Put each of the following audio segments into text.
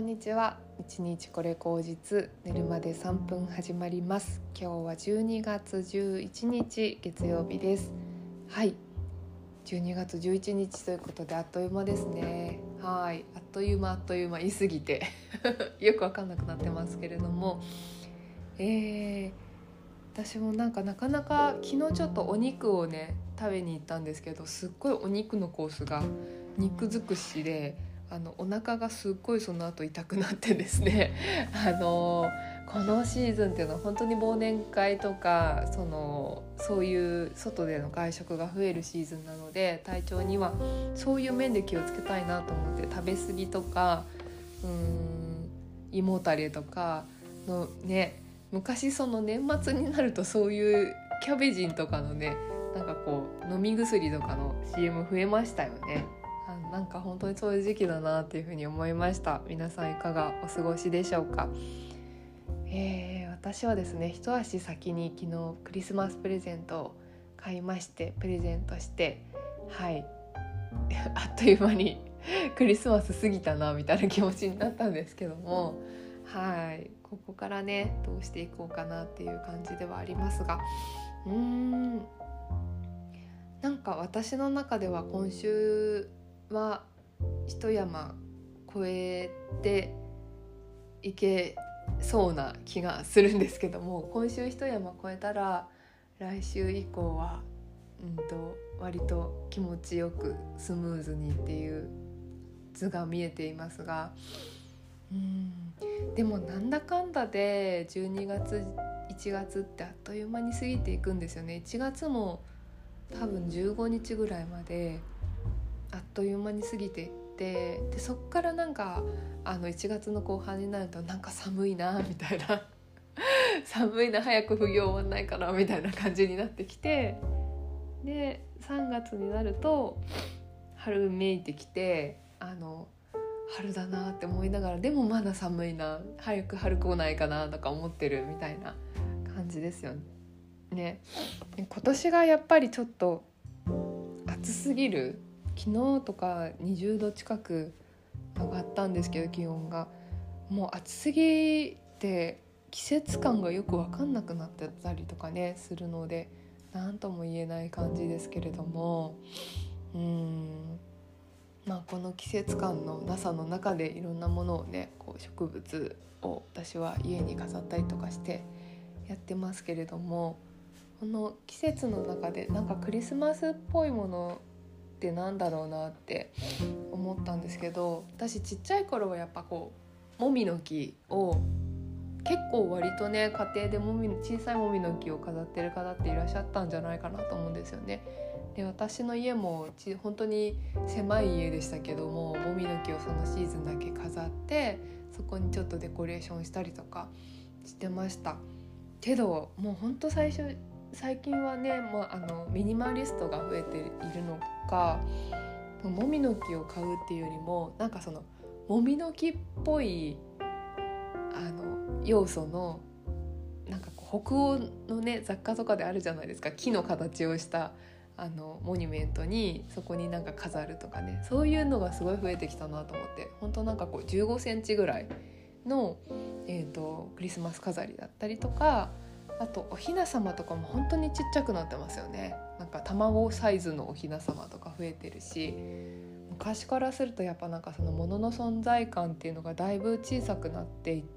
にちは。一日これ口実、寝るまで3分始まります。今日は12月11日月曜日です。はい、12月11日ということであっという間ですね。はい、あっという間言い過ぎてよくわかんなくなってますけれども、私もなかなか昨日ちょっとお肉をね食べに行ったんですけど、すっごいお肉のコースが肉尽くしで、お腹がすっごいその後痛くなってですねこのシーズンっていうのは本当に忘年会とかそういう外での外食が増えるシーズンなので、体調にはそういう面で気をつけたいなと思って、食べ過ぎとか胃もたれとかのね、昔その年末になるとそういうキャベジンとかのね、なんかこう飲み薬とかの CM 増えましたよね。なんか本当にそういう時期だなっていうふうに思いました。皆さんいかがお過ごしでしょうか。私はですね、一足先に昨日クリスマスプレゼントを買いまして、プレゼントして、はいあっという間にクリスマス過ぎたなみたいな気持ちになったんですけども、はいここからねどうしていこうかなっていう感じではありますが、なんか私の中では今週は一山越えていけそうな気がするんですけども、今週一山越えたら来週以降は割と気持ちよくスムーズにっていう図が見えていますが、でもなんだかんだで12月1月ってあっという間に過ぎていくんですよね。1月も多分15日ぐらいまであっという間に過ぎていって、でそっからなんか1月の後半になるとなんか寒いなみたいな寒いな、早く冬終わんないかなみたいな感じになってきて、で3月になると春めいてきて、春だなって思いながら、でもまだ寒いな、早く春来ないかなとか思ってるみたいな感じですよね。今年がやっぱりちょっと暑すぎる。昨日とか20度近く上がったんですけど、気温がもう暑すぎて季節感がよく分かんなくなってたりとかねするので、何とも言えない感じですけれども、この季節感のなさの中でいろんなものをね、こう植物を私は家に飾ったりとかしてやってますけれども、この季節の中でなんかクリスマスっぽいものってなんだろうなって思ったんですけど、私ちっちゃい頃はやっぱこうもみの木を結構割とね、家庭で小さいもみの木を飾ってる方っていらっしゃったんじゃないかなと思うんですよね。で私の家も本当に狭い家でしたけども、もみの木をそのシーズンだけ飾ってそこにちょっとデコレーションしたりとかしてましたけど、もう本当最近はね、ミニマリストが増えているのか、もみの木を買うっていうよりもなんかそのもみの木っぽい要素のなんかこう北欧のね雑貨とかであるじゃないですか、木の形をしたモニュメントにそこになんか飾るとかね、そういうのがすごい増えてきたなと思って、本当なんかこう15センチぐらいの、クリスマス飾りだったりとか、あとおひな様とかも本当にちっちゃくなってますよね。なんか卵サイズのおひな様とか増えてるし、昔からするとやっぱなんかその物の存在感っていうのがだいぶ小さくなっていって、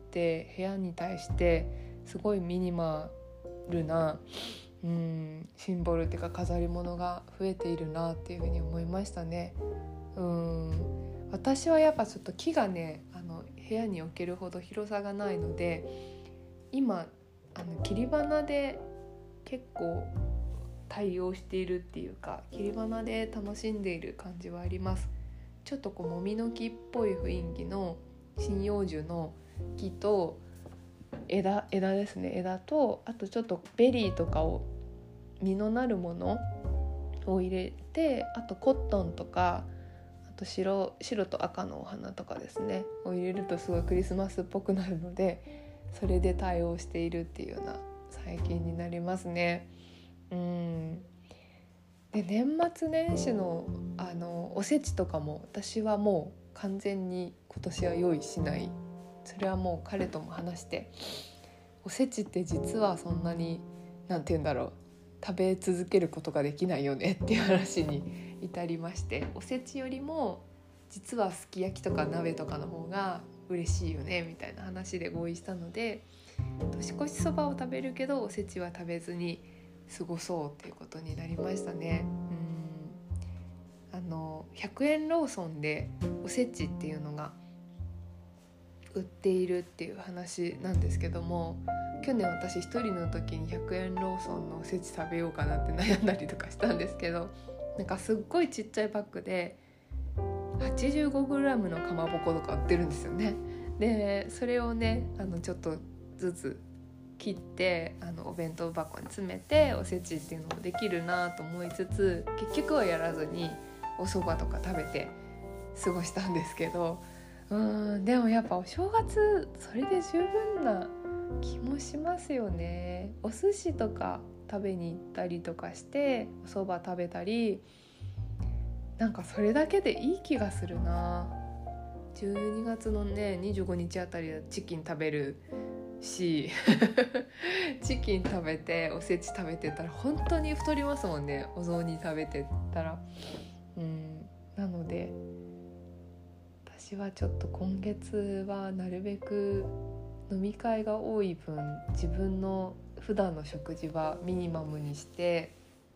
部屋に対してすごいミニマルなシンボルっていうか飾り物が増えているなっていうふうに思いましたね。私はやっぱちょっと木がね部屋に置けるほど広さがないので、今切り花で結構対応しているっていうか、切り花で楽しんでいる感じはあります。ちょっとこうもみの木っぽい雰囲気の針葉樹の木と枝ですね、枝とあとちょっとベリーとかを実のなるものを入れて、あとコットンとか、あと白と赤のお花とかですねを入れるとすごいクリスマスっぽくなるので、それで対応しているっていうような最近になりますね。で年末年始のおせちとかも私はも完全に今年は用意しない。それはもう彼とも話して、おせちって実はそんなになんて言うんだろう、食べ続けることができないよねっていう話に至りまして、おせちよりも実はすき焼きとか鍋とかの方が嬉しいよねみたいな話で合意したので、年越しそばを食べるけどおせちは食べずに過ごそうっていうことになりましたね。100円ローソンでおせちっていうのが売っているっていう話なんですけども、去年私一人の時に100円ローソンのおせち食べようかなって悩んだりとかしたんですけど、なんかすっごいちっちゃいパックで 85g のかまぼことか売ってるんですよね。でそれをねちょっとずつ切ってお弁当箱に詰めておせちっていうのもできるなと思いつつ、結局はやらずにお蕎麦とか食べて過ごしたんですけど、でもやっぱお正月それで十分な気もしますよね。お寿司とか食べに行ったりとかしてお蕎麦食べたり、なんかそれだけでいい気がするな。12月のね25日あたりはチキン食べるしチキン食べておせち食べてたら本当に太りますもんね、お雑煮食べてたら。なので私はちょっと今月はなるべく飲み会が多い分、自分の普段の食事はミニマムにして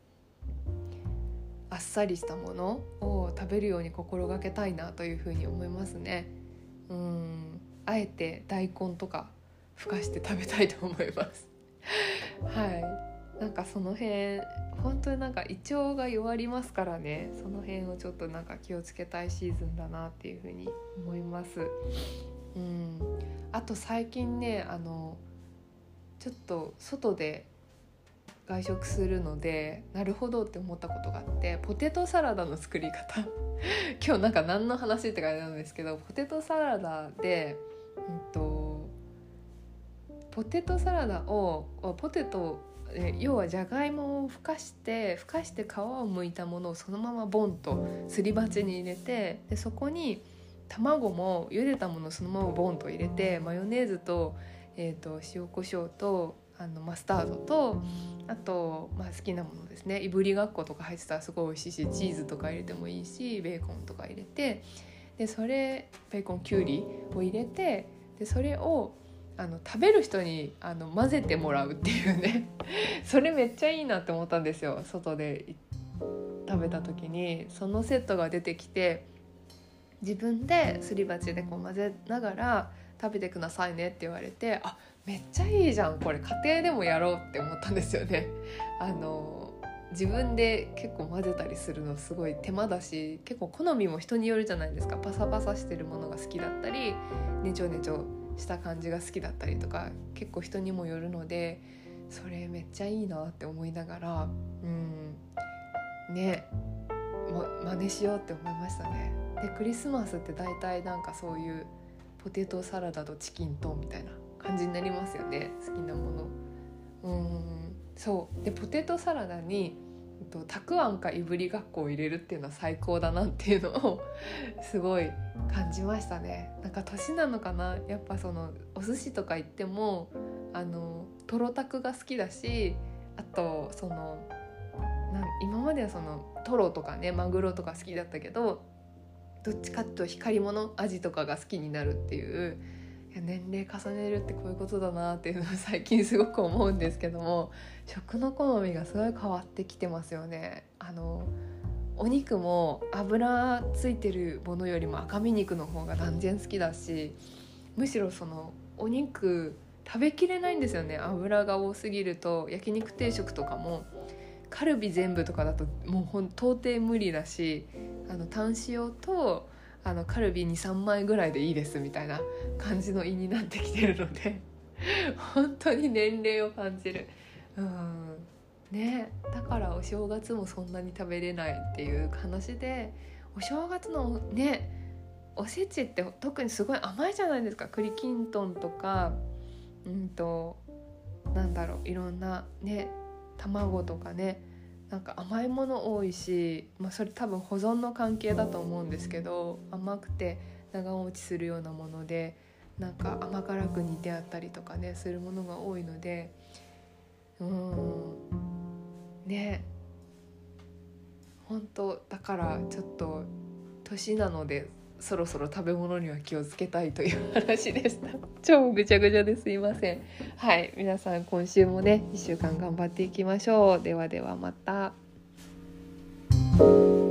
あっさりしたものを食べるように心がけたいなというふうに思いますね。あえて大根とかふかして食べたいと思いますはい、なんかその辺本当になんか胃腸が弱りますからね、その辺をちょっとなんか気をつけたいシーズンだなっていうふうに思います。あと最近ねちょっと外で外食するのでなるほどって思ったことがあって、ポテトサラダの作り方今日なんか何の話って感じなんですけど、ポテトサラダで、ポテトサラダを要はじゃがいもをふかして皮を剥いたものをそのままボンとすり鉢に入れて、でそこに卵も茹でたものをそのままボンと入れて、マヨネーズと、塩コショウとマスタードとあと、好きなものですね、いぶりがっことか入ってたらすごい美味しいし、チーズとか入れてもいいし、ベーコンとか入れて、でベーコンきゅうりを入れて、でそれを食べる人に混ぜてもらうっていうねそれめっちゃいいなって思ったんですよ。外で食べた時にそのセットが出てきて、自分ですり鉢でこう混ぜながら食べてくださいねって言われて、あ、めっちゃいいじゃん、これ家庭でもやろうって思ったんですよね。自分で結構混ぜたりするのすごい手間だし、結構好みも人によるじゃないですか。パサパサしてるものが好きだったり、ねちょねちょした感じが好きだったりとか、結構人にもよるので、それめっちゃいいなって思いながらね、真似しようって思いましたね。でクリスマスって大体なんかそういうポテトサラダとチキンとみたいな感じになりますよね、好きなもの。そうでポテトサラダにたくあんかいぶりがっこを入れるっていうのは最高だなっていうのをすごい感じましたね。なんか年なのかな、やっぱそのお寿司とか行ってもトロタクが好きだし、あと今まではそのトロとかねマグロとか好きだったけど、どっちかっていうと光り物アジとかが好きになるっていう、年齢重ねるってこういうことだなっていうのを最近すごく思うんですけども、食の好みがすごい変わってきてますよね。お肉も脂ついてるものよりも赤身肉の方が断然好きだし、むしろそのお肉食べきれないんですよね、脂が多すぎると。焼肉定食とかもカルビ全部とかだともう到底無理だし、タン塩とカルビ 2,3 枚ぐらいでいいですみたいな感じの胃になってきてるので本当に年齢を感じる。ね、だからお正月もそんなに食べれないっていう話で、お正月のねおせちって特にすごい甘いじゃないですか。栗きんとんとかなんだろう、いろんなね卵とかねなんか甘いもの多いし、それ多分保存の関係だと思うんですけど、甘くて長持ちするようなもので、なんか甘辛く煮てあったりとかねするものが多いので、ね、本当だからちょっと年なのでそろそろ食べ物には気をつけたいという話でした。超ぐちゃぐちゃですいません。はい、皆さん今週もね1週間頑張っていきましょう。ではではまた。